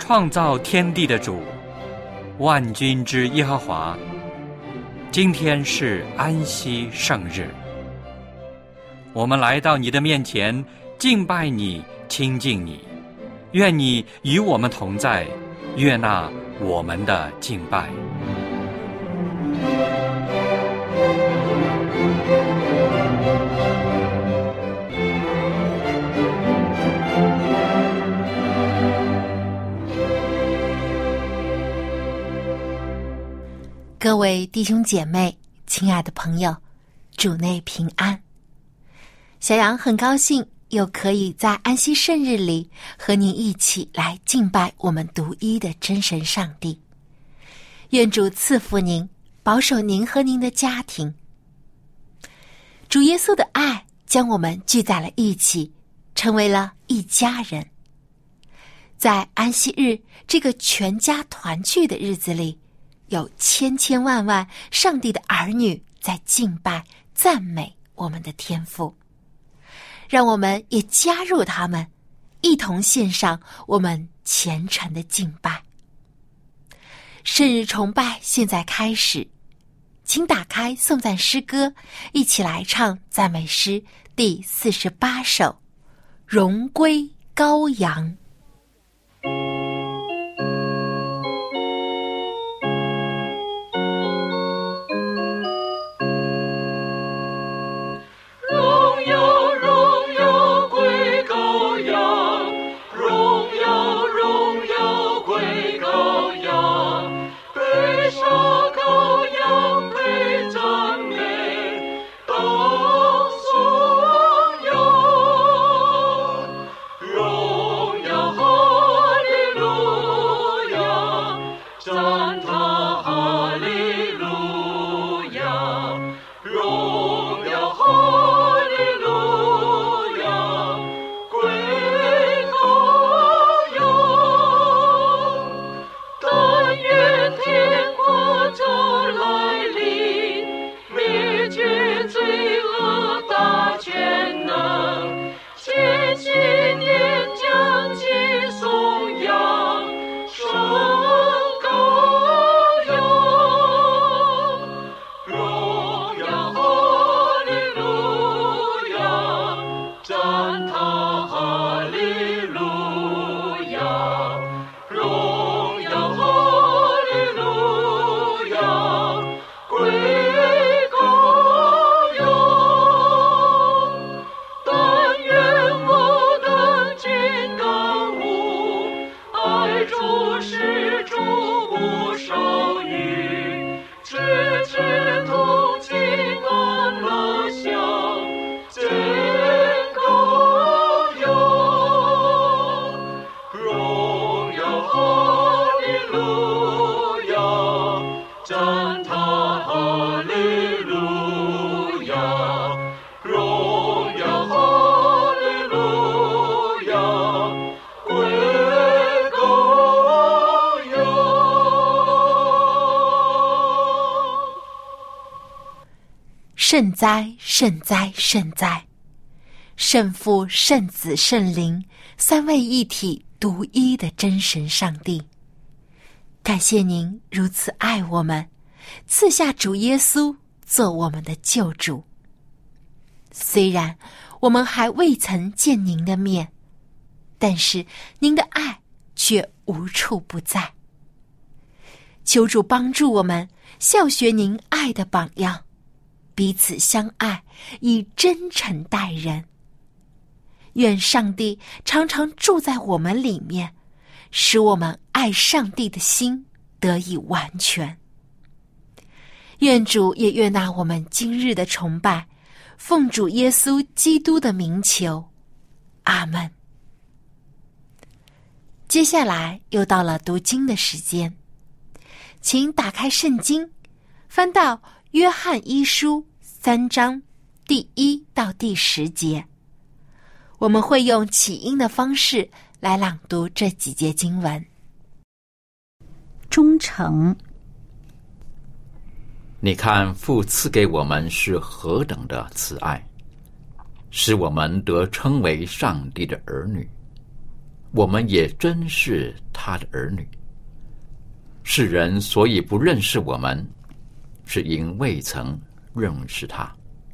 创造天地的主，万军之耶和华，今天是安息圣日。我们来到你的面前，敬拜你，亲近你。愿你与我们同在，悦纳我们的敬拜。 各位弟兄姐妹，亲爱的朋友，主内平安。小杨很高兴又可以在安息圣日里和您一起来敬拜我们独一的真神上帝。愿主赐福您，保守您和您的家庭。主耶稣的爱将我们聚在了一起，成为了一家人。在安息日这个全家团聚的日子里，有千千万万上帝的儿女在敬拜赞美我们的天父，让我们也加入他们，一同献上我们虔诚的敬拜。圣日崇拜现在开始，请打开颂赞诗歌，一起来唱赞美诗第48首《荣归羔羊》。圣哉，圣哉，圣哉！圣父、圣子、圣灵，三位一体独一的真神上帝，感谢您如此爱我们，赐下主耶稣做我们的救主。虽然我们还未曾见您的面，但是您的爱却无处不在。求主帮助我们效学您爱的榜样，彼此相爱，以真诚待人。愿上帝常常住在我们里面，使我们爱上帝的心得以完全。愿主也悦纳我们今日的崇拜，奉主耶稣基督的名求，阿们。接下来又到了读经的时间，请打开圣经，翻到约翰一书3章第1到第10节，我们会用起音的方式来朗读这几节经文。 忠诚。 你看父赐给我们是何等的慈爱，使我们得称为上帝的儿女。 我们也真是他的儿女。世人所以不认识我们，是因未曾认识他。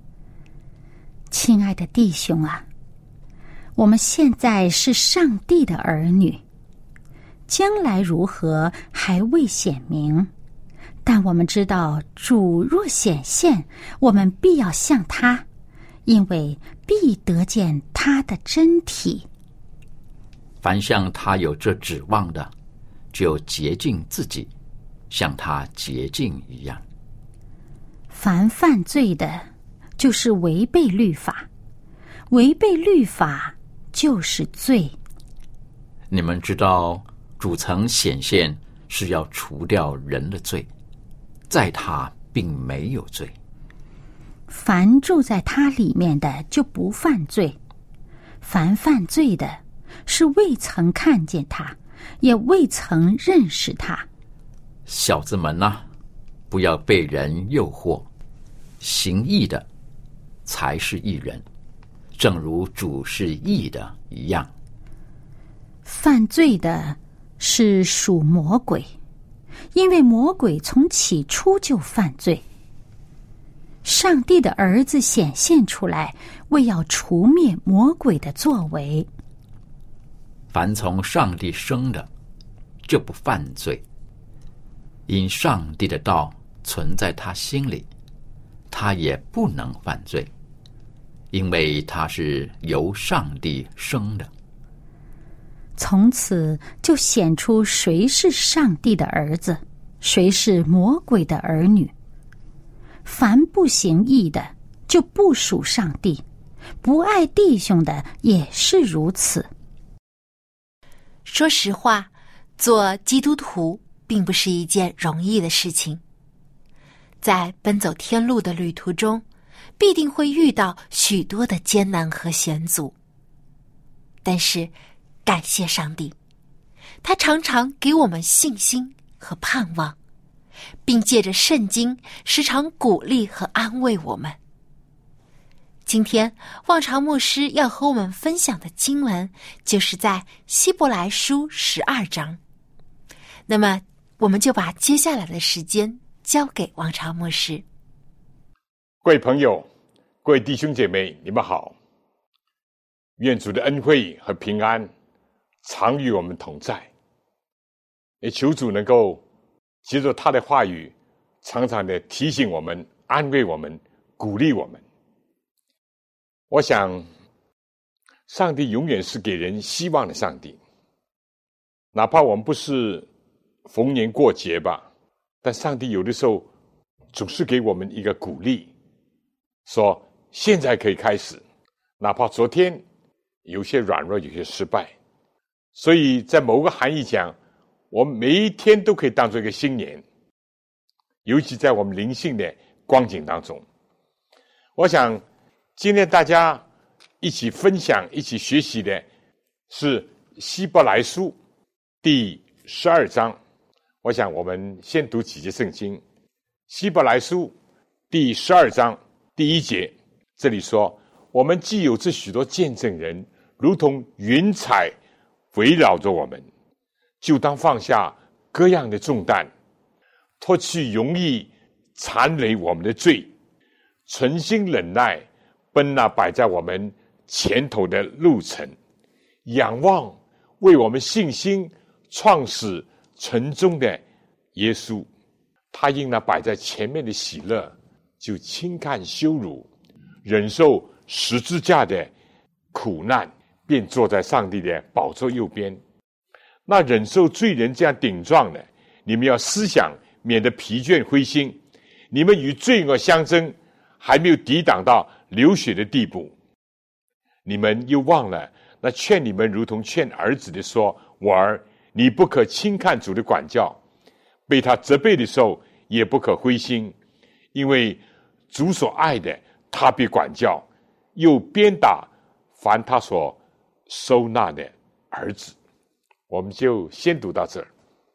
亲爱的弟兄啊，我们现在是上帝的儿女，将来如何还未显明，但我们知道主若显现，我们必要像他，因为必得见他的真体。 凡向他有这指望的，就洁净自己，像他洁净一样。 凡犯罪的，就是违背律法，违背律法就是罪。 你们知道，主曾显现是要除掉人的罪，在他并没有罪。 凡住在他里面的就不犯罪，凡犯罪的是未曾看见他，也未曾认识他。 小子们啊，不要被人诱惑，行义的才是义人，正如主是义的一样。 犯罪的是属魔鬼，因为魔鬼从起初就犯罪。上帝的儿子显现出来，为要除灭魔鬼的作为。 凡从上帝生的，就不犯罪，因上帝的道存在他心里，他也不能犯罪，因为他是由上帝生的。 从此就显出谁是上帝的儿子，谁是魔鬼的儿女。凡不行义的，就不属上帝；不爱弟兄的，也是如此。 说实话，做基督徒并不是一件容易的事情。在奔走天路的旅途中，必定会遇到许多的艰难和险阻。但是，感谢上帝，他常常给我们信心和盼望，并借着圣经时常鼓励和安慰我们。今天望潮牧师要和我们分享的经文就是在希伯来书12章。那么我们就把接下来的时间交给望潮牧师。 各位朋友，各位弟兄姐妹，你们好。愿主的恩惠和平安常与我们同在，也求主能够借着他的话语常常的提醒我们，安慰我们，鼓励我们。我想上帝永远是给人希望的上帝，哪怕我们不是逢年过节吧，但上帝有的时候总是给我们一个鼓励，说现在可以开始，哪怕昨天有些软弱，有些失败。所以在某个含义讲，我们每一天都可以当做一个新年，尤其在我们灵性的光景当中。我想今天大家一起分享一起学习的是希伯来书第12章。我想我们先读几节圣经。希伯来书第12章第1节，这里说，我们既有这许多见证人，如同云彩围绕着我们，就当放下各样的重担，脱去容易缠累我们的罪，存心忍耐，奔那摆在我们前头的路程，仰望为我们信心创始成终的耶稣。他因那摆在前面的喜乐，就轻看羞辱，忍受十字架的苦难，便坐在上帝的宝座右边。那忍受罪人这样顶撞的，你们要思想，免得疲倦灰心。你们与罪恶相争，还没有抵挡到流血的地步。你们又忘了那劝你们如同劝儿子的说，我儿，你不可轻看主的管教，被他责备的时候也不可灰心，因为主所爱的他必管教，又鞭打凡他所收纳的儿子。我们就先读到这儿。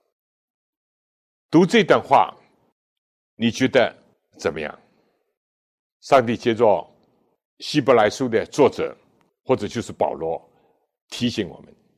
读这段话，你觉得怎么样？上帝借着希伯来书的作者，或者就是保罗，提醒我们，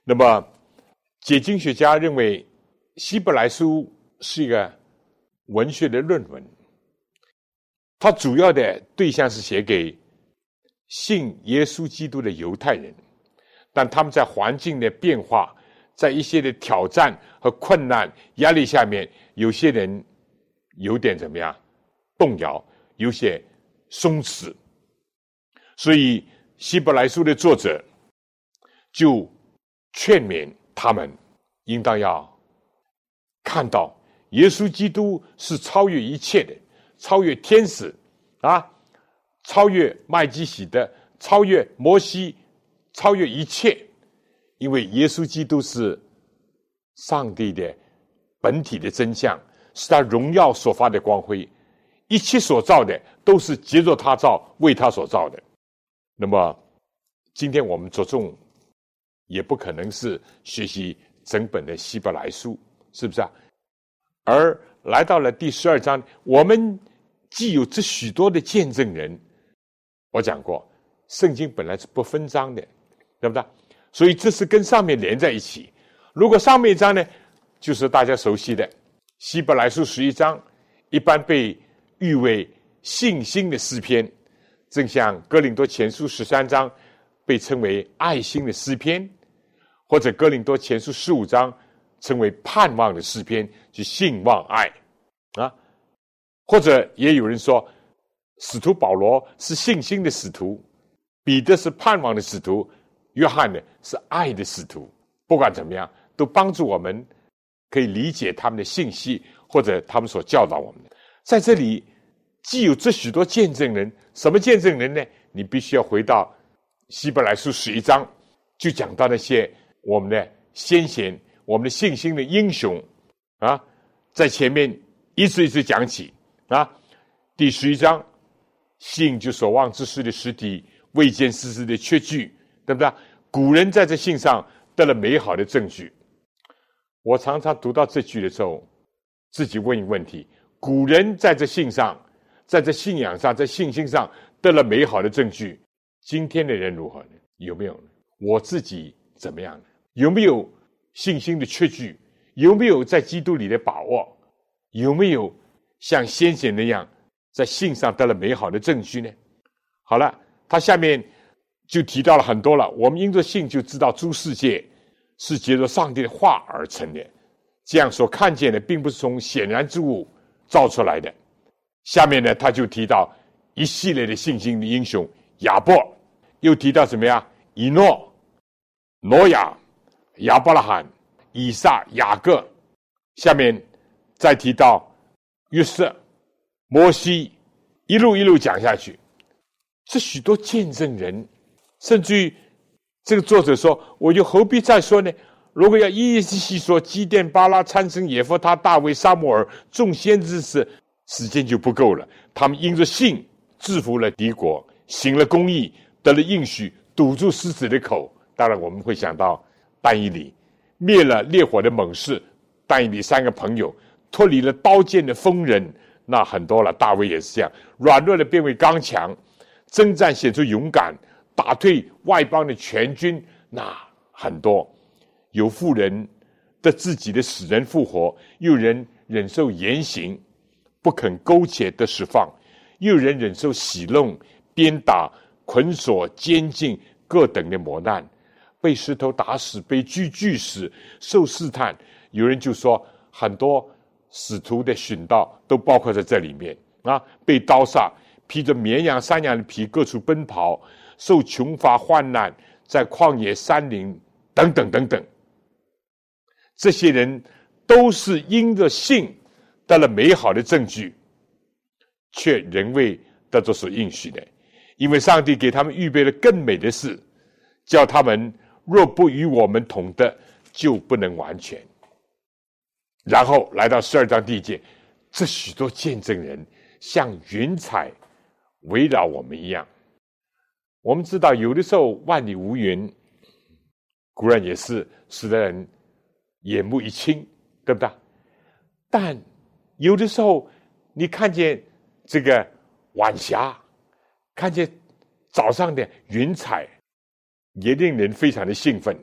那么解经学家认为希伯来书是一个文学的论文，它主要的对象是写给信耶稣基督的犹太人，但他们在环境的变化，在一些的挑战和困难压力下面，有些人有点怎么样动摇，有些松弛，所以希伯来书的作者就劝勉他们应当要看到耶稣基督是超越一切的，超越天使啊，超越麦基洗德，超越摩西，超越一切，因为耶稣基督是上帝的本体的真相，是他荣耀所发的光辉，一切所造的都是藉着他造，为他所造的。那么今天我们着重也不可能是学习整本的希伯来书，是不是啊？而来到了第12章，我们既有这许多的见证人，我讲过圣经本来是不分章的，对不对？所以这是跟上面连在一起。如果上面一章呢，就是大家熟悉的希伯来书11章，一般被誉为信心的诗篇，正像哥林多前书13章被称为爱心的诗篇，或者哥林多前书15章称为盼望的诗篇，就信望爱啊。或者也有人说使徒保罗是信心的使徒，彼得是盼望的使徒，约翰呢是爱的使徒。不管怎么样，都帮助我们可以理解他们的信息，或者他们所教导我们的。在这里既有这许多见证人，什么见证人呢？你必须要回到希伯来书11章，就讲到那些我们的先贤，我们的信心的英雄啊，在前面一直讲起啊。第11章，信就所望之事的实体，未见之事的确据，对不对？古人在这信上得了美好的证据。我常常读到这句的时候，自己问一个问题：古人在这信上，在这信仰上，在信心上得了美好的证据，今天的人如何呢？有没有呢？我自己怎么样呢？有没有信心的确据？有没有在基督里的把握？有没有像先贤那样在信上得了美好的证据呢？好了，他下面就提到了很多了。我们因着信就知道诸世界是藉着上帝的话而成的，这样所看见的并不是从显然之物造出来的。下面呢，他就提到一系列的信心的英雄，亚伯，又提到什么呀？以诺、挪亚、亚伯拉罕、以撒、雅各，下面再提到约瑟、摩西，一路讲下去。这许多见证人，甚至于这个作者说，我又何必再说呢？如果要一一细说，基甸、巴拉、参孙、耶弗他、大卫、撒母耳、众先知时，时间就不够了。他们因着信制服了敌国，行了公义，得了应许，堵住狮子的口。当然我们会想到但以理灭了烈火的猛士，但以理3个朋友脱离了刀剑的锋刃，那很多了。大卫也是这样，软弱的变为刚强，征战显出勇敢，打退外邦的全军，那很多。有妇人的自己的死人复活，又人忍受严刑，不肯苟且得释放，又人忍受戏弄、鞭打、捆锁、监禁各等的磨难，被石头打死，被锯死，受试探。有人就说很多使徒的殉道都包括在这里面啊，被刀杀，披着绵羊、山羊的皮各处奔跑，受穷乏患难，在旷野山林等等等等。这些人都是因着信得了美好的证据，却仍未得着所应许的，因为上帝给他们预备了更美的事，叫他们若不与我们同得，就不能完全。然后来到12章第1节，这许多见证人像云彩围绕我们一样。我们知道有的时候万里无云，固然也是使得人眼目一清，对不对？但有的时候你看见这个晚霞，看见早上的云彩，也令人非常的兴奋。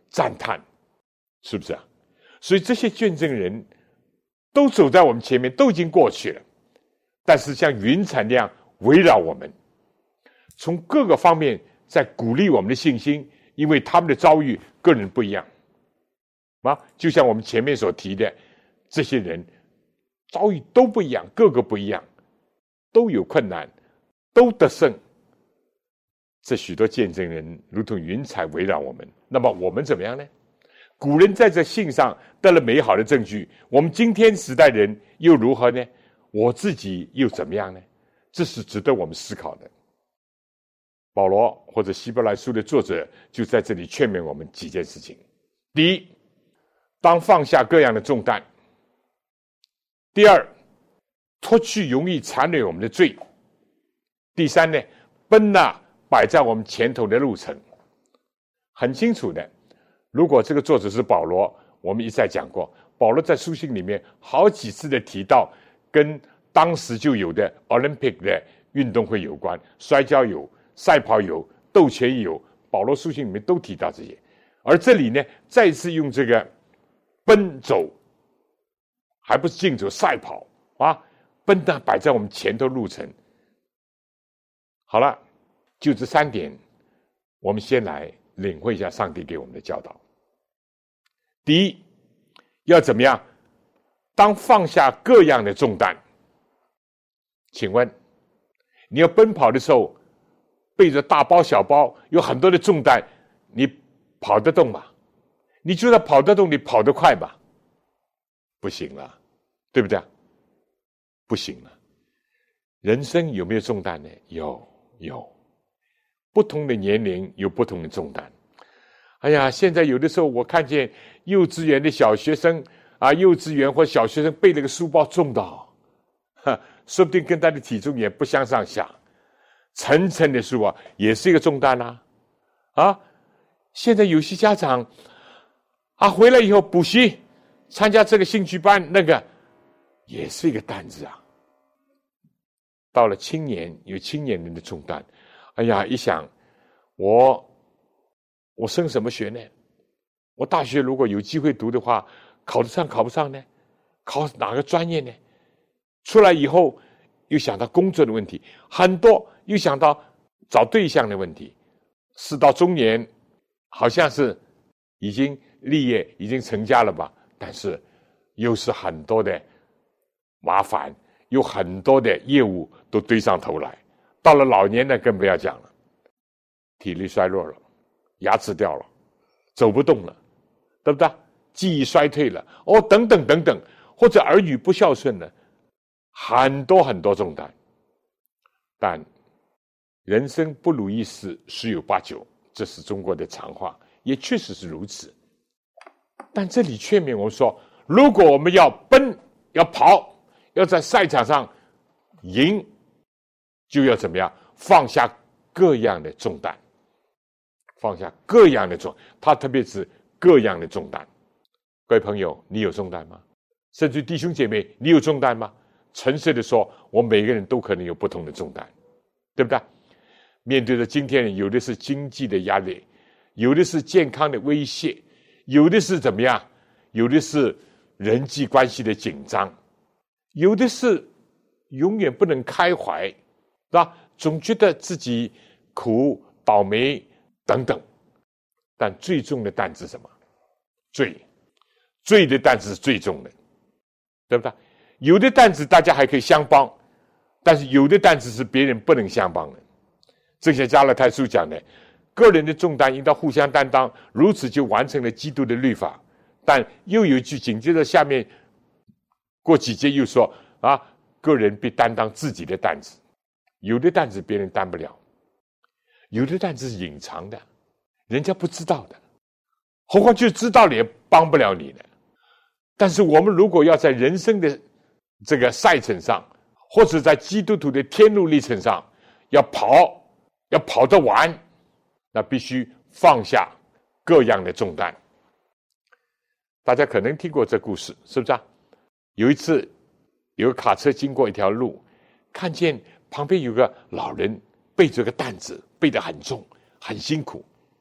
赞叹，是不是啊？所以这些见证人都走在我们前面，都已经过去了，但是像云彩那样围绕我们，从各个方面在鼓励我们的信心，因为他们的遭遇个人不一样啊，就像我们前面所提的，这些人遭遇都不一样，个个不一样，都有困难，都得胜。这许多见证人如同云彩围绕我们，那么我们怎么样呢？古人在这信上得了美好的证据，我们今天时代人又如何呢？我自己又怎么样呢？这是值得我们思考的。保罗或者希伯来书的作者就在这里劝勉我们几件事情。第一，当放下各样的重担；第二，脱去容易缠累我们的罪；第三呢，奔那摆在我们前头的路程。很清楚的，如果这个作者是保罗，我们一再讲过，保罗在书信里面好几次的提到跟当时就有的 Olympic 的运动会有关，摔跤有，赛跑有，斗拳有，保罗书信里面都提到这些。而这里呢，再次用这个奔走，还不是竞走，赛跑啊，奔那摆在我们前头路程。好了，就这三点，我们先来领会一下上帝给我们的教导。第一，要怎么样？当放下各样的重担。请问，你要奔跑的时候，背着大包小包，有很多的重担，你跑得动吗？你就算跑得动，你跑得快吗？不行了，对不对？不行了。人生有没有重担呢？有。不同的年龄有不同的重担。哎呀，现在有的时候我看见幼稚园的小学生啊，幼稚园或小学生背了个书包重到，说不定跟他的体重也不相上下，层层的书啊，也是一个重担啦。啊，现在有些家长啊，回来以后补习，参加这个兴趣班，那个也是一个担子啊。到了青年，有青年人的重担。哎呀，一想我升什么学呢？我大学如果有机会读的话，考得上考不上呢？考哪个专业呢？出来以后又想到工作的问题，很多又想到找对象的问题。事到中年，好像是已经立业，已经成家了吧，但是又是很多的麻烦，有很多的业务都堆上头来。到了老年呢，更不要讲了，体力衰弱了，牙齿掉了，走不动了，对不对？记忆衰退了，等等等等，或者儿女不孝顺了，很多很多重担。但人生不如意事十有八九，这是中国的常话，也确实是如此。但这里劝勉我们说，如果我们要奔，要跑，要在赛场上赢，就要怎么样？放下各样的重担，放下各样的重，他特别是各样的重担。各位朋友，你有重担吗？甚至弟兄姐妹，你有重担吗？诚实的说，我们每个人都可能有不同的重担，对不对？面对着今天，有的是经济的压力，有的是健康的威胁，有的是怎么样？有的是人际关系的紧张，有的是永远不能开怀，是吧？总觉得自己苦、倒霉等等。但最重的担子是什么？罪的担子是最重的，对不对？有的担子大家还可以相帮，但是有的担子是别人不能相帮的。正像加拉太书讲的，个人的重担应当互相担当，如此就完成了基督的律法。但又有一句紧接着下面过几节又说啊，个人必担当自己的担子。有的担子别人担不了，有的担子是隐藏的，人家不知道的，何况就知道了也帮不了你呢。但是我们如果要在人生的这个赛程上，或者在基督徒的天路历程上要跑得完，那必须放下各样的重担。大家可能听过这故事，是不是啊？有一次有个卡车经过一条路，看见旁边有个老人背着个担子，背得很重，很辛苦。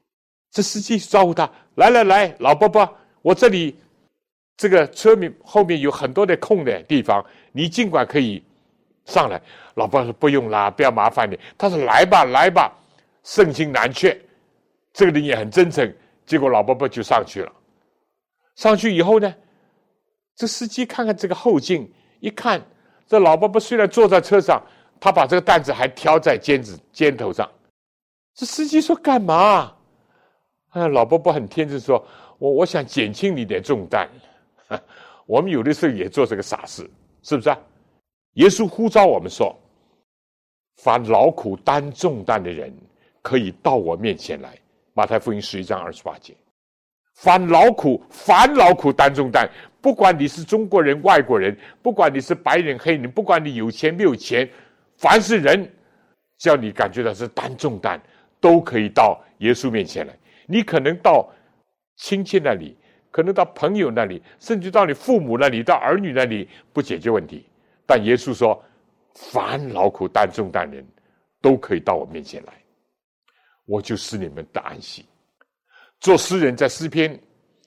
这司机招呼他，来，老伯伯，我这里这个车后面有很多的空的地方，你尽管可以上来。老伯说不用啦，不要麻烦你。他说来吧，盛情难却。这个人也很真诚，结果老伯伯就上去了。上去以后呢，这司机看看这个后镜，一看这老伯伯虽然坐在车上，他把这个担子还挑在肩头上。这司机说干嘛？老伯伯很天真说，我想减轻你点重担。我们有的时候也做这个傻事，是不是啊？耶稣呼召我们说，凡劳苦担重担的人可以到我面前来。马太福音11章28节，凡劳苦担重担，不管你是中国人外国人，不管你是白人黑人，不管你有钱没有钱，凡是人只要你感觉到是担重担，都可以到耶稣面前来。你可能到亲戚那里，可能到朋友那里，甚至到你父母那里，到儿女那里，不解决问题。但耶稣说，凡劳苦担重担人都可以到我面前来，我就使你们得安息。做诗人在诗篇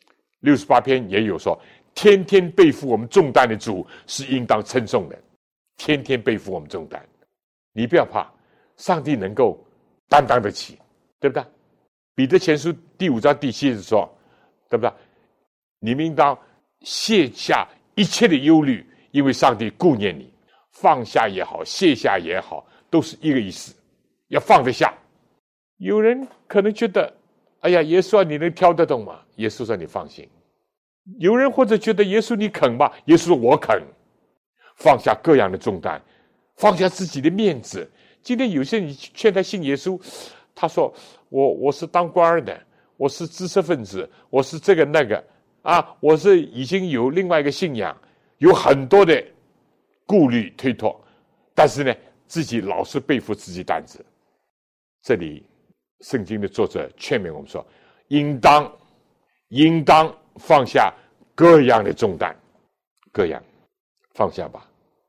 68篇也有说，天天背负我们重担的主是应当称颂的。天天背负我们重担，你不要怕，上帝能够担当得起，对不对？彼得前书第5章第7节说，对不对？你们应当卸下一切的忧虑，因为上帝顾念你。放下也好，卸下也好，都是一个意思，要放得下。有人可能觉得，哎呀，耶稣啊，你能挑得动吗？耶稣说你放心。有人或者觉得耶稣你肯吧？耶稣说我肯。放下各样的重担，放下自己的面子。今天有些人劝他信耶稣，他说我是当官的，我是知识分子，我是这个那个啊，我是已经有另外一个信仰，有很多的顾虑推脱，但是呢，自己老是背负自己担子。这里圣经的作者劝勉我们说，应当放下各样的重担，各样放下吧，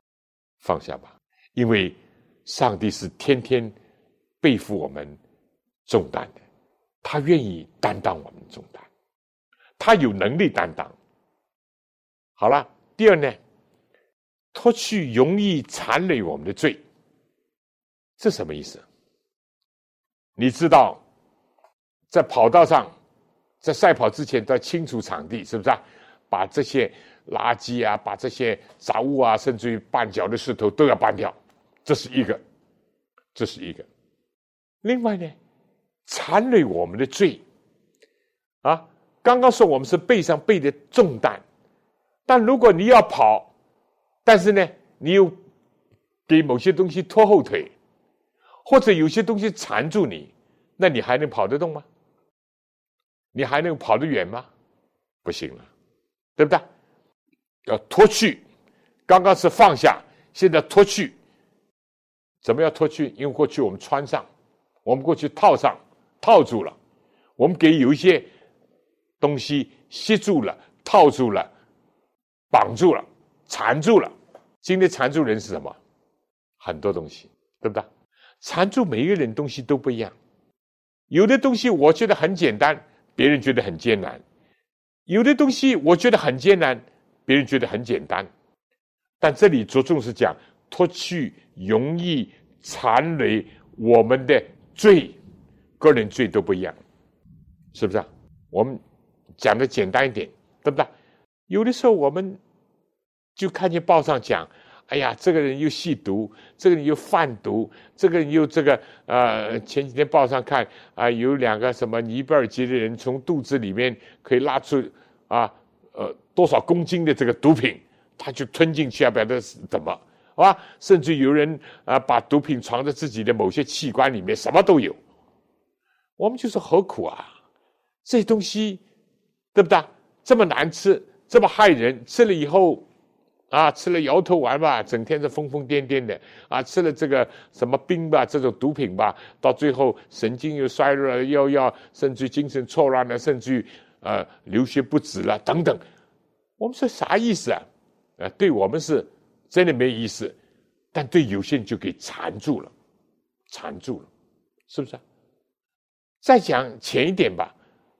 因为上帝是天天背负我们重担的，他愿意担当我们的重担，他有能力担当。好了，第二呢，脱去容易缠累我们的罪，这什么意思？你知道，在跑道上，在赛跑之前都要清除场地，是不是啊？把这些垃圾啊，把这些杂物啊，甚至于绊脚的石头都要搬掉，这是一个。另外呢，缠累我们的罪啊，刚刚说我们是背上背的重担，但如果你要跑，但是呢，你又给某些东西拖后腿，或者有些东西缠住你，那你还能跑得动吗？你还能跑得远吗？不行了，对不对？要脱去，刚刚是放下，现在脱去。怎么要脱去？因为过去我们穿上，我们过去套上，套住了，我们给有一些东西吸住了，套住了，绑住了，缠住了。今天缠住人是什么？很多东西，对不对？缠住每一个人东西都不一样，有的东西我觉得很简单，别人觉得很艰难；有的东西我觉得很艰难，别人觉得很简单。但这里着重是讲脱去容易缠累我们的罪，个人罪都不一样，是不是啊？我们讲的简单一点，对不对？有的时候我们就看见报上讲，哎呀，这个人又吸毒，这个人又贩毒，这个人又这个前几天报上看啊，有2个什么尼泊尔籍的人从肚子里面可以拉出多少公斤的这个毒品，他就吞进去啊，不晓得是怎么，好吧？甚至有人把毒品藏在自己的某些器官里面，什么都有。我们就说何苦啊？这些东西，对不对？这么难吃，这么害人，吃了以后吃了摇头丸吧，整天是疯疯癫癫的吃了这个什么冰吧，这种毒品吧，到最后神经又衰弱了，又要甚至精神错乱了，甚至于流血不止了等等。我们说啥意思啊？对我们是真的没意思，但对有些人就给缠住了，是不是啊？再讲浅一点吧，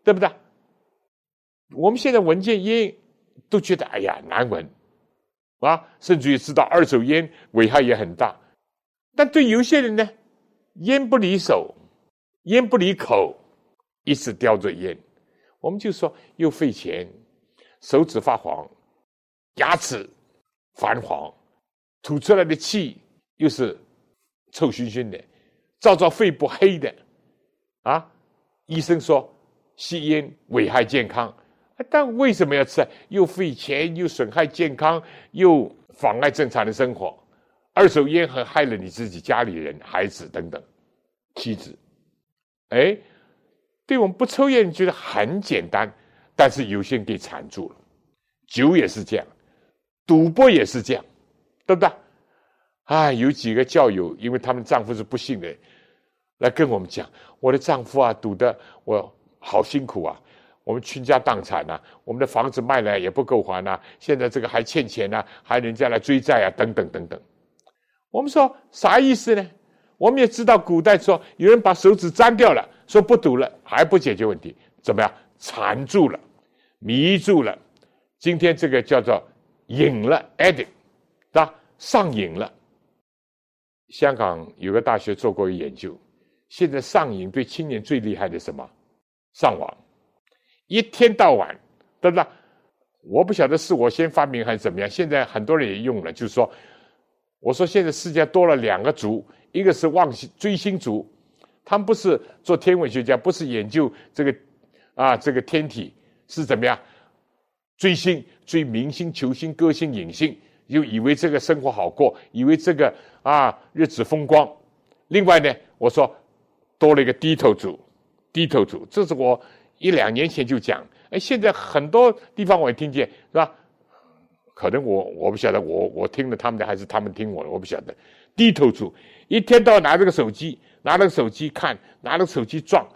对不对？我们现在闻见烟都觉得哎呀难闻啊，甚至于知道二手烟危害也很大。但对有些人呢，烟不离手，烟不离口，一直叼着烟，我们就说又费钱，手指发黄，牙齿泛黄，吐出来的气又是臭熏熏的，照肺部黑的啊！医生说吸烟危害健康，但为什么要吃？又费钱，又损害健康，又妨碍正常的生活。二手烟还害了你自己家里人、孩子等等，妻子。哎，对我们不抽烟觉得很简单，但是有些人给缠住了。酒也是这样，赌博也是这样，对不对？啊，有几个教友，因为他们丈夫是不信的，来跟我们讲，我的丈夫啊，赌的我好辛苦啊，我们倾家荡产啊，我们的房子卖了也不够还啊，现在这个还欠钱啊，还人家来追债啊，等等等等。我们说啥意思呢？我们也知道古代说有人把手指粘掉了，说不赌了，还不解决问题，怎么样？缠住了，迷住了。今天这个叫做瘾了 ，addict， 啊，上瘾了。香港有个大学做过一个研究，现在上瘾对青年最厉害的什么？上网，一天到晚，对不对？我不晓得是我先发明还是怎么样，现在很多人也用了，就是说，我说现在世界多了两个族，一个是追星族，他们不是做天文学家，不是研究这个天体是怎么样，追星、追明星、球星、歌星、影星，就以为这个生活好过，以为这个日子风光。另外呢，我说多了一个低头族，这是我1-2年前就讲，现在很多地方我也听见，是吧？可能我不晓得，我听了他们的还是他们听我的，我不晓得。低头族一天到晚拿这个手机看，拿那个手机撞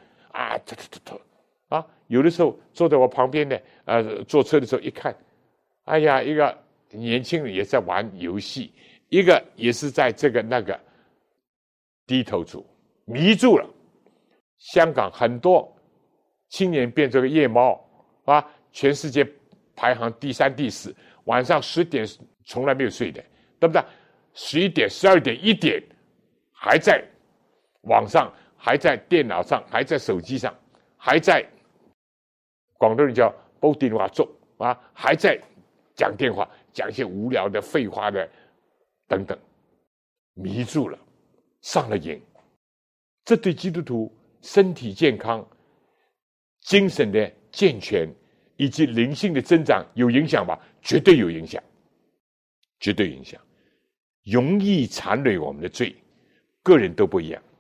有的时候坐在我旁边的坐车的时候一看，哎呀，一个年轻人也在玩游戏，一个也是在这个那个低头族，迷住了。香港很多青年变这个夜猫全世界排行第3、第4，晚上10点从来没有睡的，对不对？11点、12点、1点还在网上，还在电脑上，还在手机上，还在广东人叫煲电话粥还在讲电话，讲一些无聊的废话的等等，迷住了，上了瘾。这对基督徒身体健康、精神的健全以及灵性的增长有影响吧？绝对有影响，绝对影响。容易缠累我们的罪，个人都不一样，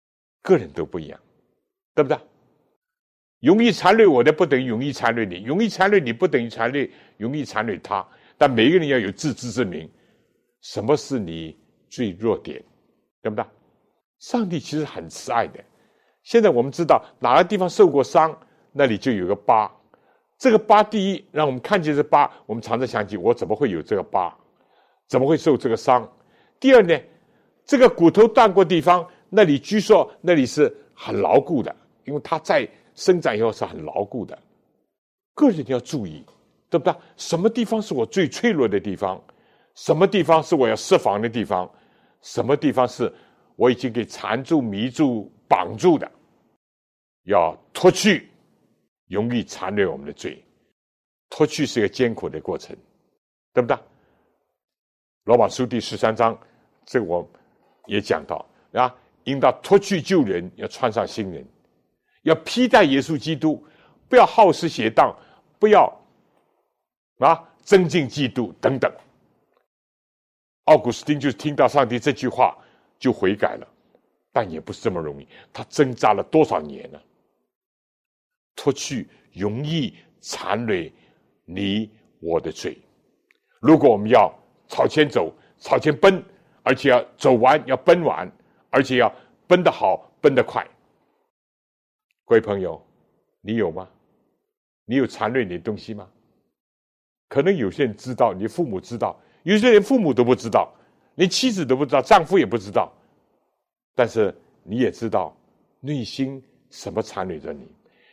对不对？容易缠累我的不等于容易缠累你，容易缠累你不等于容易缠累他。但每一个人要有自知之明，什么是你最弱点，对不对？上帝其实很慈爱的。现在我们知道哪个地方受过伤，那里就有个疤。这个疤，第一，让我们看见这疤，我们常常想起我怎么会有这个疤，怎么会受这个伤。第二呢，这个骨头断过地方，那里据说那里是很牢固的，因为它在生长以后是很牢固的。个人要注意，对不对？什么地方是我最脆弱的地方，什么地方是我要设防的地方，什么地方是我已经给缠住、迷住、绑住的，要脱去容易缠累我们的罪。脱去是一个艰苦的过程，对不对？罗马书第13章，这个我也讲到应当脱去旧人，要穿上新人，要披戴耶稣基督，不要好事邪荡，不要增进嫉妒等等。奥古斯丁就听到上帝这句话就悔改了，但也不是这么容易，他挣扎了多少年呢？脱去容易缠累你我的罪。如果我们要朝前走，朝前奔，而且要走完，要奔完，而且要奔得好，奔得快。各位朋友，你有吗？你有缠累你的东西吗？可能有些人知道，你父母知道，有些人父母都不知道，连妻子都不知道，丈夫也不知道。但是你也知道内心什么缠累着你，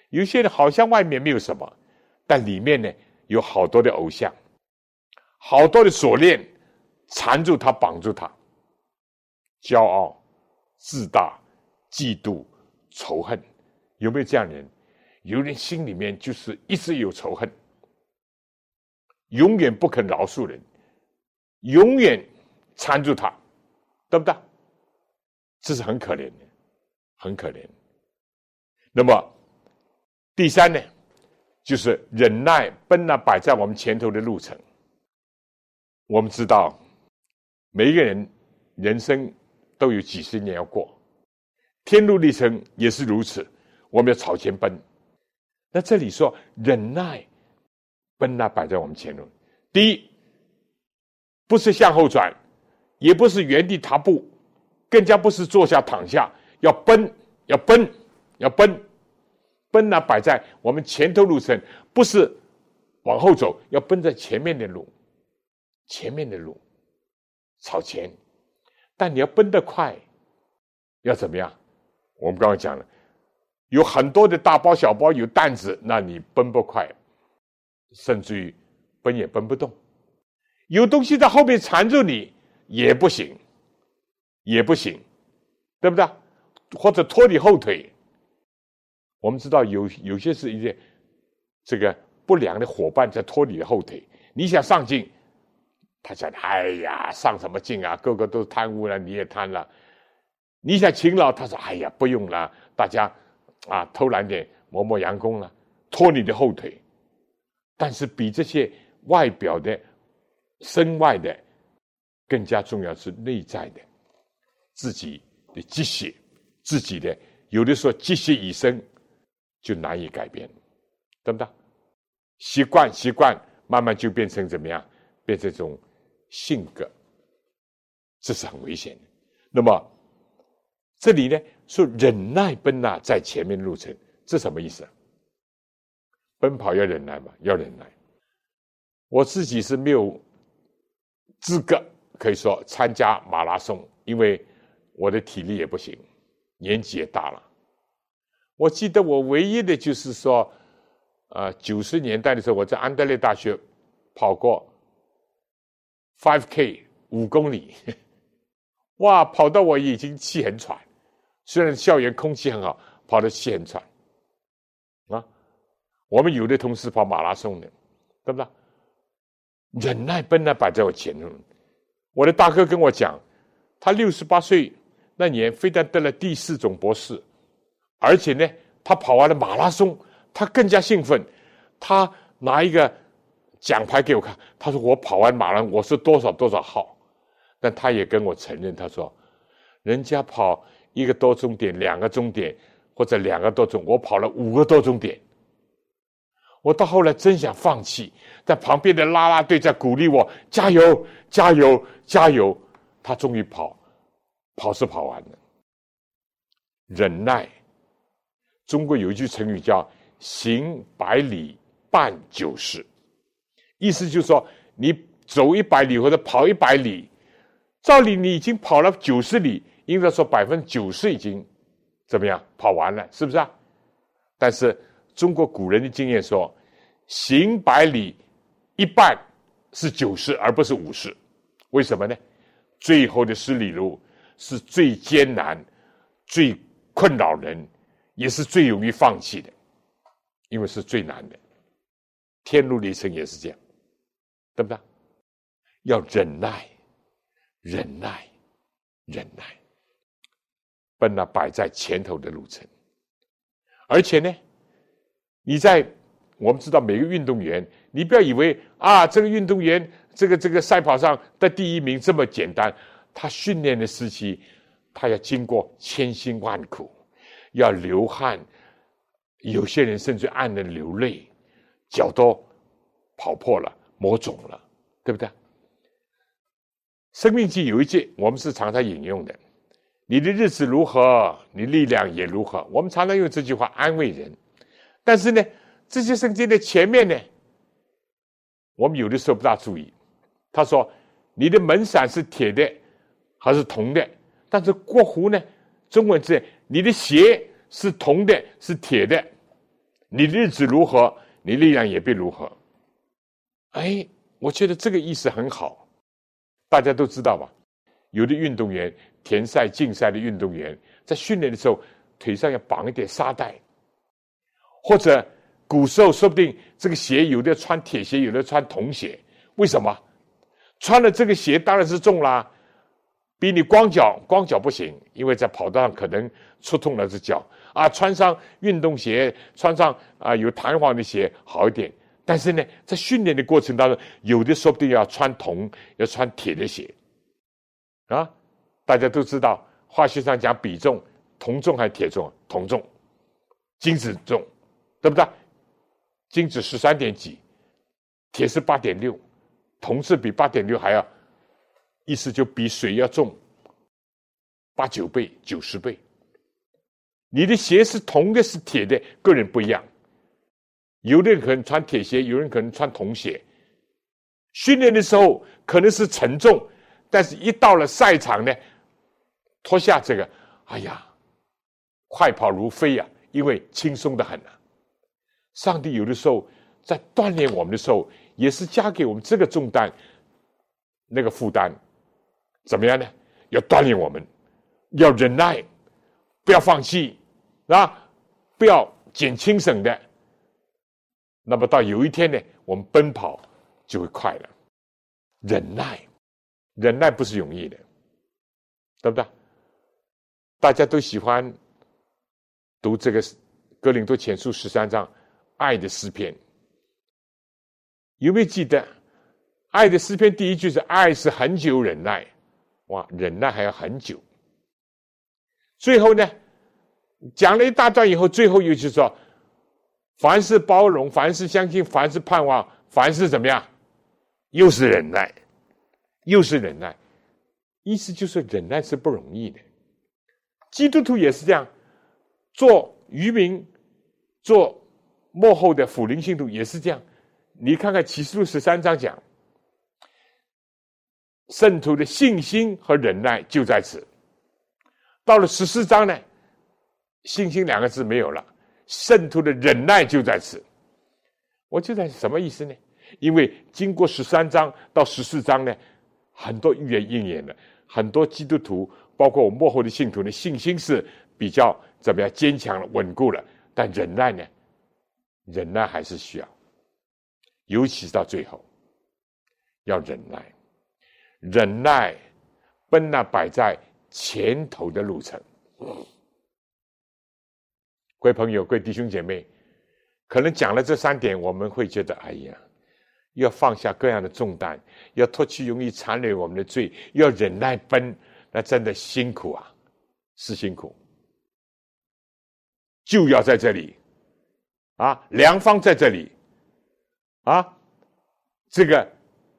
有些人好像外面没有什么，但里面呢有好多的偶像，好多的锁链缠住他，绑住他。骄傲、自大、嫉妒、仇恨，有没有这样的人？有人心里面就是一直有仇恨，永远不肯饶恕人，永远缠住他，对不对？这是很可怜的，很可怜。那么第三呢，就是忍耐奔那摆在我们前头的路程。我们知道每一个人人生都有几十年要过，天路历程也是如此，我们要朝前奔。那这里说忍耐奔那摆在我们前头，第一，不是向后转，也不是原地踏步，更加不是坐下躺下，要奔，要奔，要奔。奔那摆在我们前头路程，不是往后走，要奔在前面的路，前面的路朝前。但你要奔得快，要怎么样？我们刚刚讲了，有很多的大包小包，有担子，那你奔不快，甚至于奔也奔不动。有东西在后面缠住你也不行，也不行，对不对？或者拖你后腿。我们知道有些是一些这个不良的伙伴在拖你的后腿，你想上进，他讲哎呀上什么劲啊，个个都贪污了，你也贪了。你想勤劳，他说哎呀不用了，大家偷懒点，磨磨洋工了，拖你的后腿。但是比这些外表的身外的更加重要是内在的，自己的积血，自己的有的时候积血已深就难以改变，对不对？习惯慢慢就变成怎么样？变成这种性格，这是很危险的。那么这里呢说忍耐奔那在前面的路程，这什么意思？奔跑要忍耐嘛，要忍耐。我自己是没有资格可以说参加马拉松，因为我的体力也不行，年纪也大了。我记得我唯一的就是说90年代的时候，我在安德烈大学跑过 5K 5公里，哇，跑到我已经气很喘，虽然校园空气很好，跑得气很喘我们有的同事跑马拉松的，对不对？忍耐奔那摆在我前头。我的大哥跟我讲，他68岁那年非但得了第4种博士，而且呢他跑完了马拉松，他更加兴奋，他拿一个奖牌给我看，他说我跑完马拉松我是多少多少号。但他也跟我承认，他说人家跑1个多钟点2个钟点或者2个多钟，我跑了5个多钟点。我到后来真想放弃，但旁边的啦啦队在鼓励我，加油加油加油。他终于跑是跑完了。忍耐，中国有一句成语叫行百里半九十，意思就是说你走100里或者跑100里，照理你已经跑了90里，应该说90%已经怎么样跑完了，是不是啊？但是中国古人的经验说，行100里一半是90而不是50。为什么呢？最后的10里路是最艰难最困扰人，也是最容易放弃的，因为是最难的。天路历程也是这样，对不对？要忍耐忍耐忍耐，奔那摆在前头的路程。而且呢，我们知道每个运动员，你不要以为这个运动员这个赛跑上的第1名这么简单，他训练的时期他要经过千辛万苦，要流汗，有些人甚至按了流泪，脚都跑破了磨肿了，对不对？生命记有一句我们是常常引用的，你的日子如何，你力量也如何。我们常常用这句话安慰人，但是呢这些圣经的前面呢，我们有的时候不大注意。他说你的门伞是铁的还是铜的，但是括弧呢中文字你的鞋是铜的是铁的， 你的日子如何，你力量也必如何。哎，我觉得这个意思很好。大家都知道吧，有的运动员，田赛竞赛的运动员，在训练的时候腿上要绑一点沙袋，或者古时候说不定这个鞋有的穿铁鞋，有的穿铜鞋。为什么？穿了这个鞋当然是重啦，比你光脚不行，因为在跑道上可能触痛了只脚啊。穿上运动鞋，穿上有弹簧的鞋好一点。但是呢，在训练的过程当中，有的说不定要穿铜，要穿铁的鞋啊。大家都知道，化学上讲比重，铜重还是铁重？铜重，金子重，对不对？金子13点几，铁是8.6，铜是比8.6还要，意思就比水要重8、9倍、90倍。你的鞋是铜的，是铁的，个人不一样。有的人可能穿铁鞋，有人可能穿铜鞋。训练的时候可能是沉重，但是一到了赛场呢，脱下这个，哎呀，快跑如飞啊，因为轻松得很啊。上帝有的时候在锻炼我们的时候，也是加给我们这个重担，那个负担，怎么样呢？要锻炼我们，要忍耐，不要放弃啊，不要减轻省的。那么到有一天呢，我们奔跑就会快了。忍耐不是容易的，对不对？大家都喜欢读这个哥林多前书13章爱的诗篇，有没有记得爱的诗篇第一句是爱是恒久忍耐？哇，忍耐还要很久。最后呢，讲了一大段以后，最后又就是说，凡是包容，凡是相信，凡是盼望，凡是怎么样，又是忍耐，又是忍耐。意思就是忍耐是不容易的。基督徒也是这样，做渔民，做末后的辅灵信徒也是这样。你看看启示录13章讲，圣徒的信心和忍耐就在此。到了14章呢，信心2个字没有了，圣徒的忍耐就在此。我就在什么意思呢？因为经过13章到14章呢，很多预言应验了，很多基督徒包括我幕后的信徒的信心是比较怎么样坚强了、稳固了，但忍耐呢，忍耐还是需要，尤其是到最后要忍耐，忍耐奔那摆在前头的路程。各位朋友，各位弟兄姐妹，可能讲了这3点，我们会觉得哎呀，要放下各样的重担，要脱去容易缠累我们的罪，要忍耐奔，那真的辛苦啊，是辛苦。就要在这里啊，良方在这里啊，这个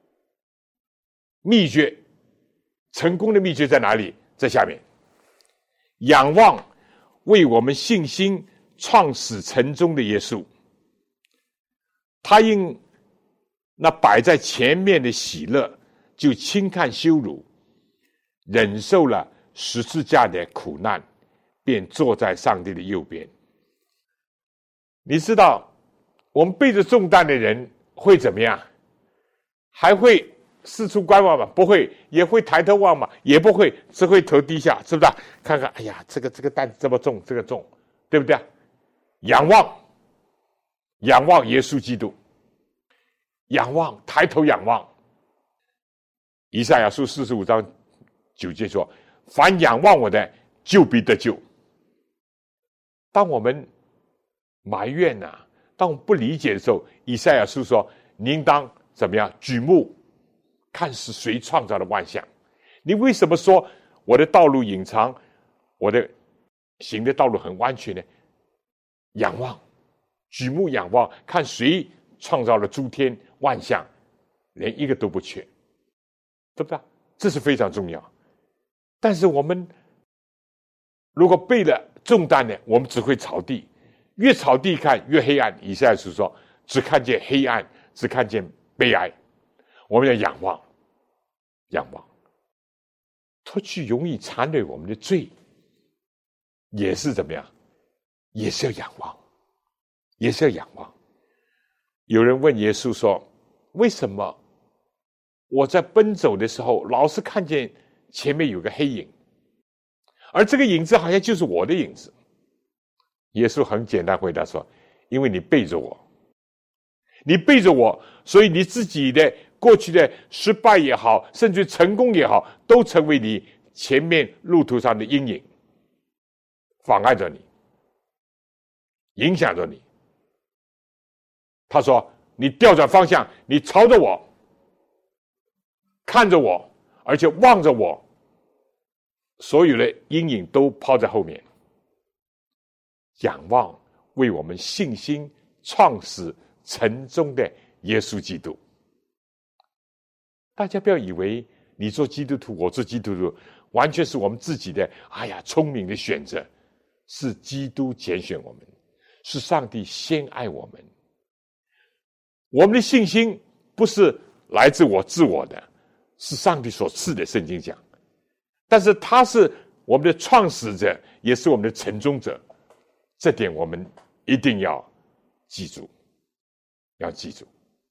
秘诀，成功的秘诀在哪里？在下面，仰望为我们信心创始成终的耶稣，他因那摆在前面的喜乐，就轻看羞辱，忍受了十字架的苦难，便坐在上帝的右边。你知道我们背着重担的人会怎么样？还会四处观望吗？不会。也会抬头望吗？也不会，只会头低下，是不是？看看，哎呀，这个担子这么重，这个重，对不对？仰望耶稣基督，仰望，抬头仰望。以赛亚书45章9节说：凡仰望我的，就必得救。当我们埋怨啊，当我们不理解的时候，以赛亚书说：你应当怎么样？举目看是谁创造的万象。你为什么说我的道路隐藏，我的行的道路很弯曲呢？仰望，举目仰望，看谁创造了诸天万象，连一个都不缺，对不对？这是非常重要。但是我们如果背了重担呢，我们只会朝地，越朝地看越黑暗。以赛亚书说，只看见黑暗，只看见悲哀。我们要仰望，仰望，脱去容易缠累我们的罪，也是怎么样？也是要仰望。 也是要仰望。有人问耶稣说，为什么我在奔走的时候老是看见前面有个黑影，而这个影子好像就是我的影子？耶稣很简单回答说，因为你背着我，你背着我，所以你自己的过去的失败也好，甚至成功也好，都成为你前面路途上的阴影，妨碍着你，影响着你。他说，你调转方向，你朝着我，看着我，而且望着我，所有的阴影都抛在后面。仰望为我们信心创始成终的耶稣基督。大家不要以为你做基督徒，我做基督徒，完全是我们自己的聪明的选择，是基督拣选我们，是上帝先爱我们。我们的信心不是来自我自我的，是上帝所赐的，圣经讲。但是他是我们的创始者，也是我们的成终者，这点我们一定要记住，要记住。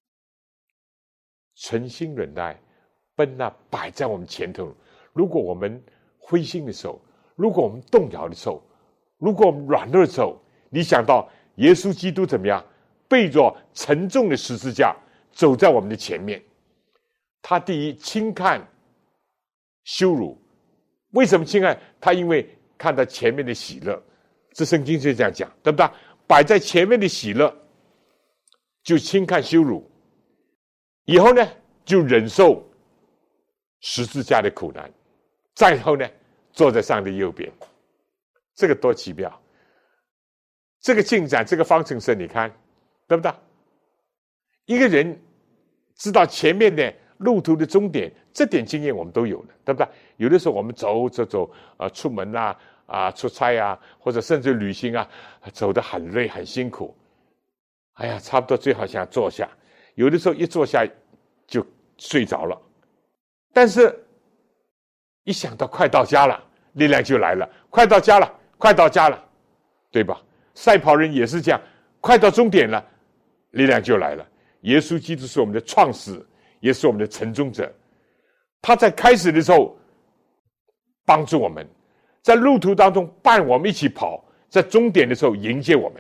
存心忍耐，奔那摆在我们前头。如果我们灰心的时候，如果我们动摇的时候，如果我们软弱的时候，你想到耶稣基督怎么样？背着沉重的十字架走在我们的前面。他第一轻看羞辱，为什么轻看？他因为看到前面的喜乐，这圣经就这样讲，对不对？摆在前面的喜乐就轻看羞辱，以后呢就忍受十字架的苦难，再后呢坐在上帝右边。这个多奇妙，这个进展，这个方程式你看对不对？一个人知道前面的路途的终点，这点经验我们都有的，对不对？有的时候我们走出门出差或者甚至旅行走得很累很辛苦，差不多最好想坐下，有的时候一坐下就睡着了，但是一想到快到家了，力量就来了，快到家了，对吧？赛跑人也是这样，快到终点了，力量就来了。耶稣基督是我们的创始，也是我们的成终者。他在开始的时候帮助我们，在路途当中伴我们一起跑，在终点的时候迎接我们。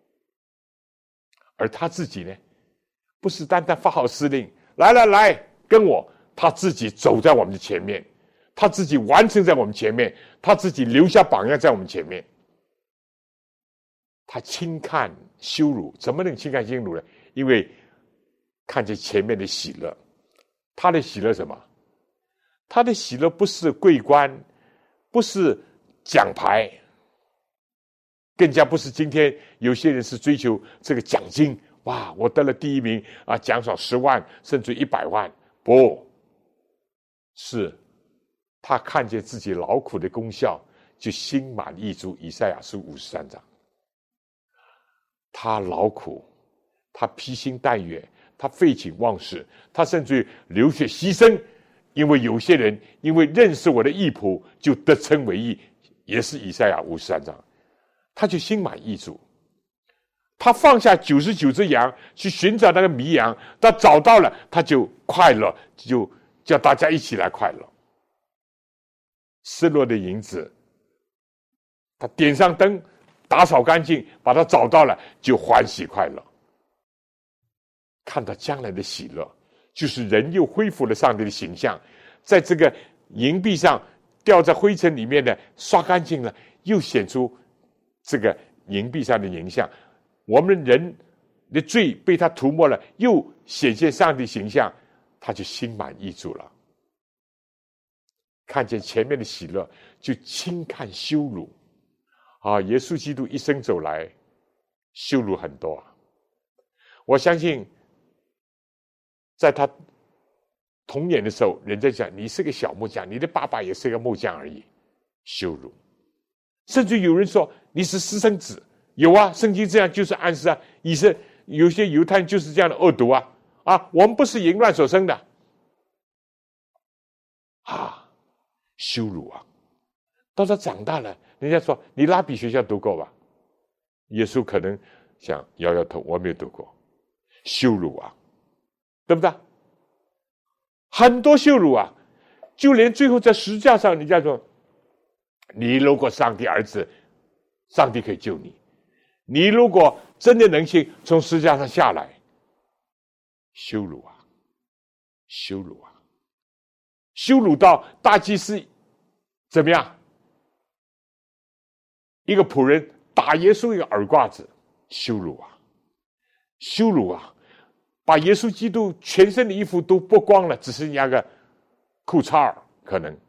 而他自己呢，不是单单发号施令，来跟我，他自己走在我们的前面，他自己完成在我们前面，他自己留下榜样在我们前面。他轻看羞辱，怎么能轻看羞辱呢？因为看见前面的喜乐。他的喜乐什么？他的喜乐不是桂冠，不是奖牌，更加不是今天有些人是追求这个奖金，哇，我得了第一名奖赏10万甚至100万。不是，他看见自己劳苦的功效，就心满意足。以赛亚书53章，他劳苦，他披星戴月，他废寝忘食，他甚至流血牺牲，因为有些人因为认识我的义仆，就得称为义，也是以赛亚53章。他就心满意足，他放下99只羊去寻找那个迷羊，他找到了，他就快乐，就叫大家一起来快乐。失落的银子，他点上灯，打扫干净，把它找到了，就欢喜快乐。看到将来的喜乐，就是人又恢复了上帝的形象，在这个银币上掉在灰尘里面的刷干净了，又显出这个银币上的形象。我们人的罪被他涂抹了，又显现上帝形象，他就心满意足了。看见前面的喜乐，就轻看羞辱。耶稣基督一生走来，羞辱很多。我相信在他童年的时候，人家讲你是个小木匠，你的爸爸也是个木匠而已，羞辱。甚至有人说你是私生子，有圣经这样就是暗示有些犹太人就是这样的恶毒我们不是淫乱所生的羞辱到他长大了，人家说你拉比学校读过吧？耶稣可能想摇摇头，我没有读过。羞辱啊，对不对？很多羞辱啊，就连最后在十字架上，人家说，你如果上帝儿子，上帝可以救你。你如果真的能信，从十字架上下来，羞辱啊，羞辱啊，羞辱到大祭司怎么样？一个仆人打耶稣一个耳刮子，羞辱啊，羞辱啊！把耶稣基督全身的衣服都剥光了，只剩下个裤衩儿，可能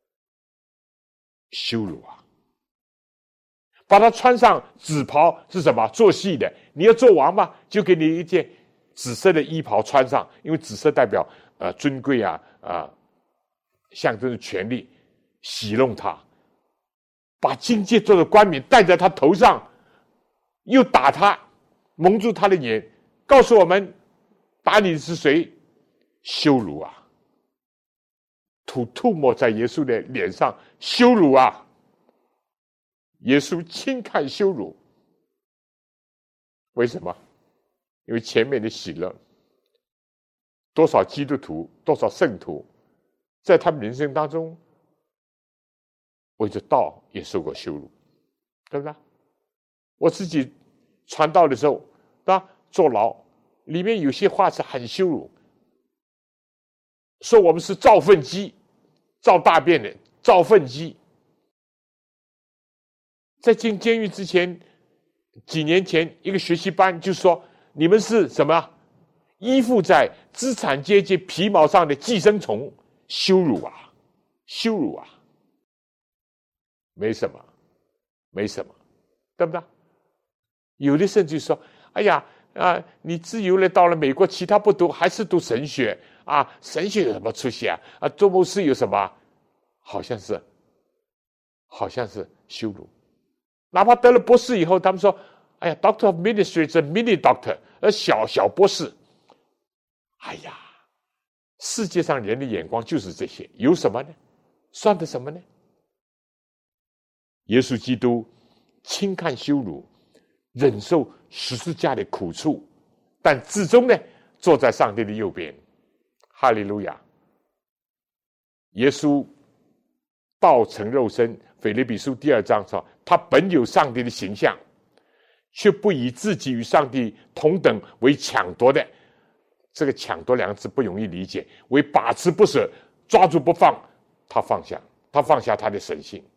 羞辱啊！把他穿上紫袍是什么？做戏的。你要做王嘛，就给你一件紫色的衣袍穿上，因为紫色代表尊贵啊象征着权力，戏弄他。把荆棘做的冠冕戴在他头上，又打他，蒙住他的眼，告诉我们打你的是谁？羞辱啊！吐沫在耶稣的脸上，羞辱啊！耶稣轻看羞辱，为什么？因为前面的喜乐，多少基督徒，多少圣徒，在他们人生当中，为着道也受过羞辱，对不对？我自己传道的时候，坐牢，里面有些话是很羞辱，说我们是造粪机，造大便的造粪机。在进监狱之前，几年前一个学习班就说你们是什么？依附在资产阶级皮毛上的寄生虫，羞辱啊，羞辱啊！没什么，没什么，对不对？有的甚至说：“哎呀你自由了，到了美国，其他不读，还是读神学啊？神学有什么出息啊？做牧师有什么？好像是羞辱。哪怕得了博士以后，他们说：‘哎呀 ，Doctor of Ministry 是 mini doctor， 小博士。’哎呀，世界上人的眼光就是这些，有什么呢？算得什么呢？耶稣基督轻看羞辱，忍受十字架的苦处，但至终呢，坐在上帝的右边。哈利路亚！耶稣道成肉身，腓立比书第2章说，他本有上帝的形象，却不以自己与上帝同等为抢夺的。这个抢夺两个字不容易理解，为把持不舍，抓住不放。他放下他的神性。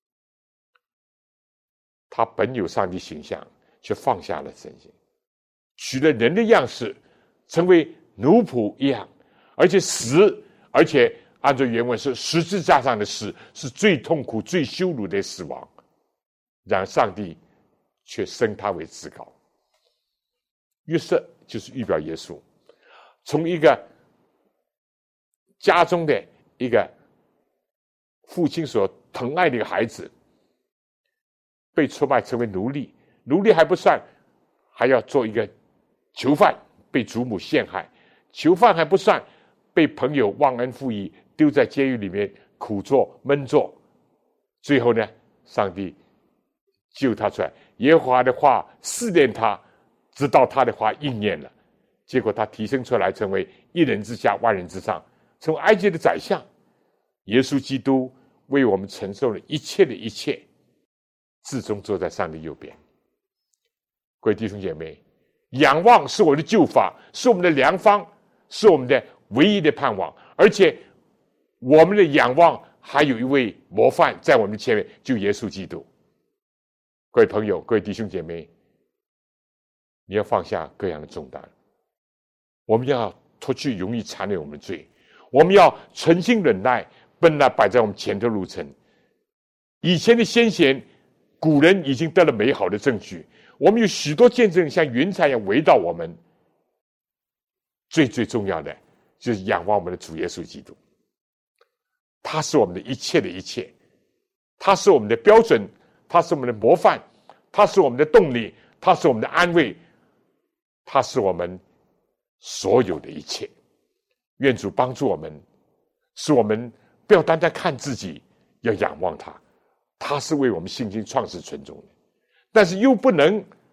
他本有上帝形象，却放下了神性，取了人的样式，成为奴仆一样，而且死，而且按照原文是十字架上的死，是最痛苦、最羞辱的死亡。然而上帝却升他为至高。约瑟就是预表耶稣，从一个家中的一个父亲所疼爱的一个孩子，被出卖成为奴隶，奴隶还不算，还要做一个囚犯，被祖母陷害，囚犯还不算，被朋友忘恩负义，丢在监狱里面苦做闷做。最后呢，上帝救他出来，耶和华的话试炼他，直到他的话应验了，结果他提升出来，成为一人之下万人之上，从埃及的宰相。耶稣基督为我们承受了一切的一切，至终坐在上帝右边。各位弟兄姐妹，仰望是我们的救法，是我们的良方，是我们的唯一的盼望。而且我们的仰望还有一位模范在我们的前面，就耶稣基督。各位朋友，各位弟兄姐妹，你要放下各样的重担，我们要脱去容易缠累我们的罪，我们要存心忍耐，奔那摆在我们前的路程。以前的先贤古人已经得了美好的证据，我们有许多见证像云彩一样围绕我们。最重要的就是仰望我们的主耶稣基督，他是我们的一切的一切，他是我们的标准，他是我们的模范，他是我们的动力，他是我们的安慰，他是我们所有的一切。愿主帮助我们，使我们不要单单看自己，要仰望他，他是为我们信心创始存终的，但是又不能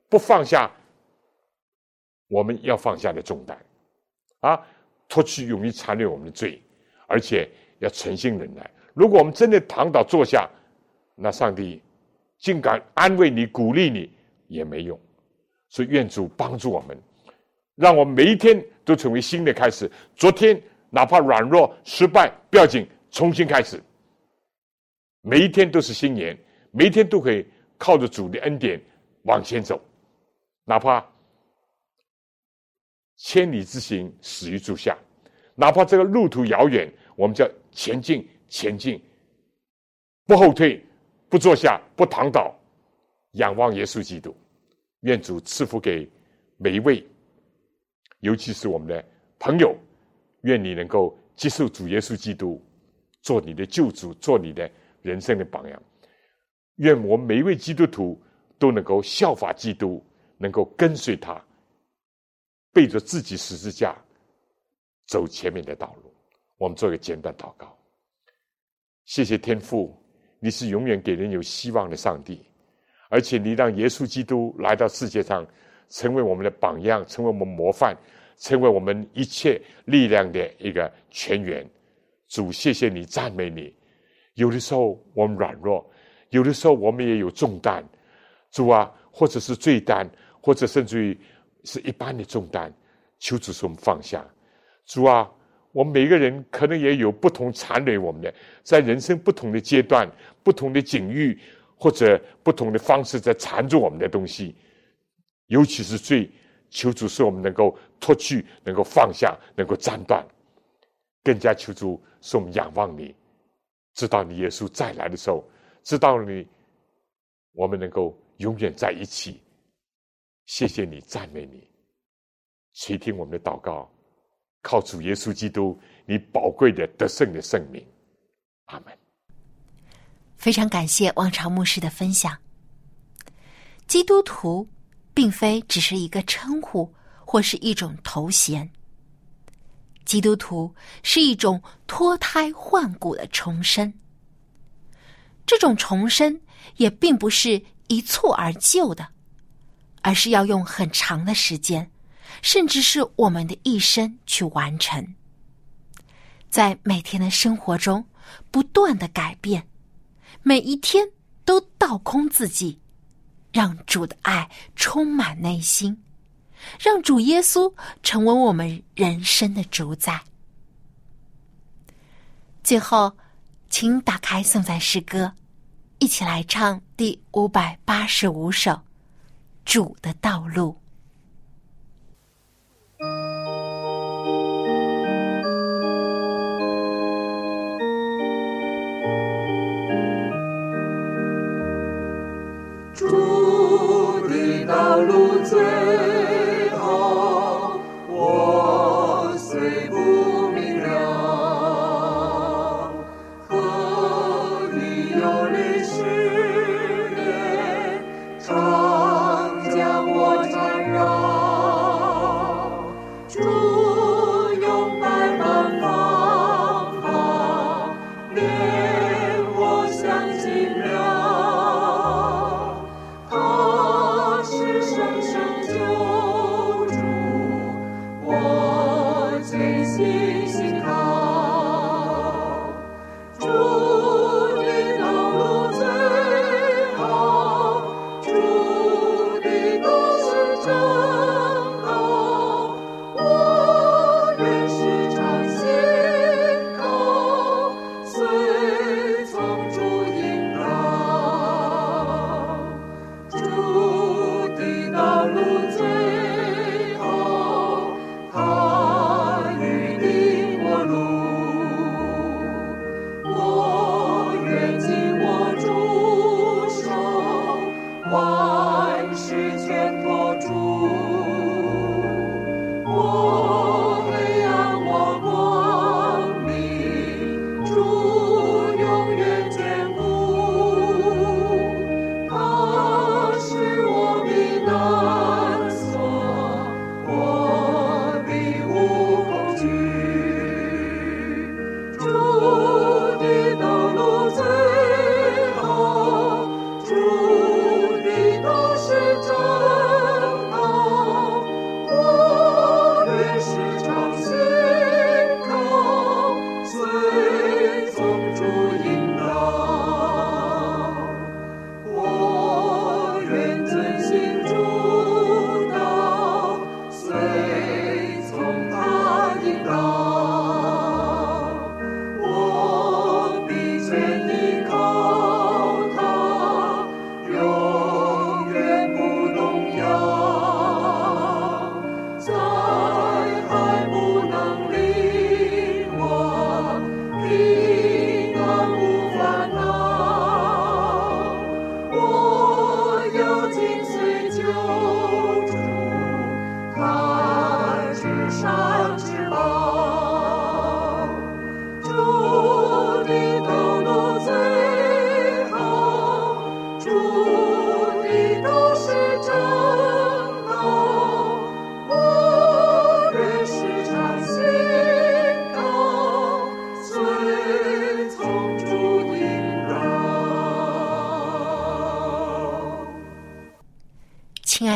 不放下我们要放下的重担啊，脱去容易缠累我们的罪，而且要诚心忍耐。如果我们真的躺倒坐下，那上帝尽管安慰你鼓励你也没用。所以愿主帮助我们，让我们每一天都成为新的开始。昨天哪怕软弱失败不要紧，重新开始。每一天都是新年，每一天都可以靠着主的恩典往前走，哪怕千里之行始于足下，哪怕这个路途遥远，我们就要前进前进，不后退，不坐下，不躺倒，仰望耶稣基督。愿主赐福给每一位，尤其是我们的朋友，愿你能够接受主耶稣基督做你的救主，做你的人生的榜样。愿我们每一位基督徒都能够效法基督，能够跟随他，背着自己十字架走前面的道路。我们做一个简短祷告。谢谢天父，你是永远给人有希望的上帝，而且你让耶稣基督来到世界上，成为我们的榜样，成为我们模范，成为我们一切力量的一个泉源。主，谢谢你，赞美你。有的时候我们软弱，有的时候我们也有重担，主啊，或者是罪担，或者甚至于是一般的重担，求主使我们放下。主啊，我们每个人可能也有不同缠累我们的，在人生不同的阶段、不同的境遇或者不同的方式在缠住我们的东西，尤其是罪，求主使我们能够脱去，能够放下，能够斩断。更加求主使我们仰望你，知道你耶稣再来的时候，知道你我们能够永远在一起。谢谢你，赞美你，垂听我们的祷告，靠主耶稣基督你宝贵的得胜的圣名，阿们。 非常感谢王朝牧师的分享。基督徒并非只是一个称呼或是一种头衔，基督徒是一种脱胎换骨的重生。这种重生也并不是一蹴而就的，而是要用很长的时间，甚至是我们的一生去完成。在每天的生活中不断的改变，每一天都倒空自己，让主的爱充满内心，让主耶稣成为我们人生的主宰。最后，请打开颂赞诗歌，一起来唱第585首《主的道路》。 主的道路最好，我虽不明了，可你有历史也常将我缠绕。主用百般方法令我相信了，生生救主，我全心信靠。主的道路最好，主的道是真道，我愿时常信靠，随从主引导。主道路最好，他与你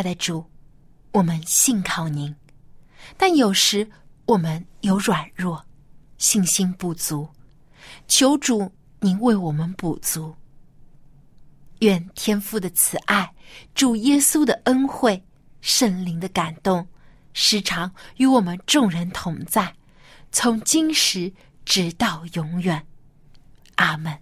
爱的主，我们信靠您，但有时我们有软弱，信心不足，求主您为我们补足。愿天父的慈爱、主耶稣的恩惠、圣灵的感动，时常与我们众人同在，从今时直到永远。阿们。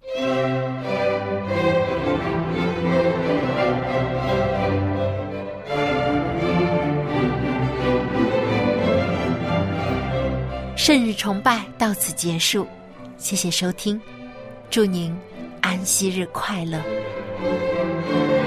圣日崇拜到此结束，谢谢收听，祝您安息日快乐。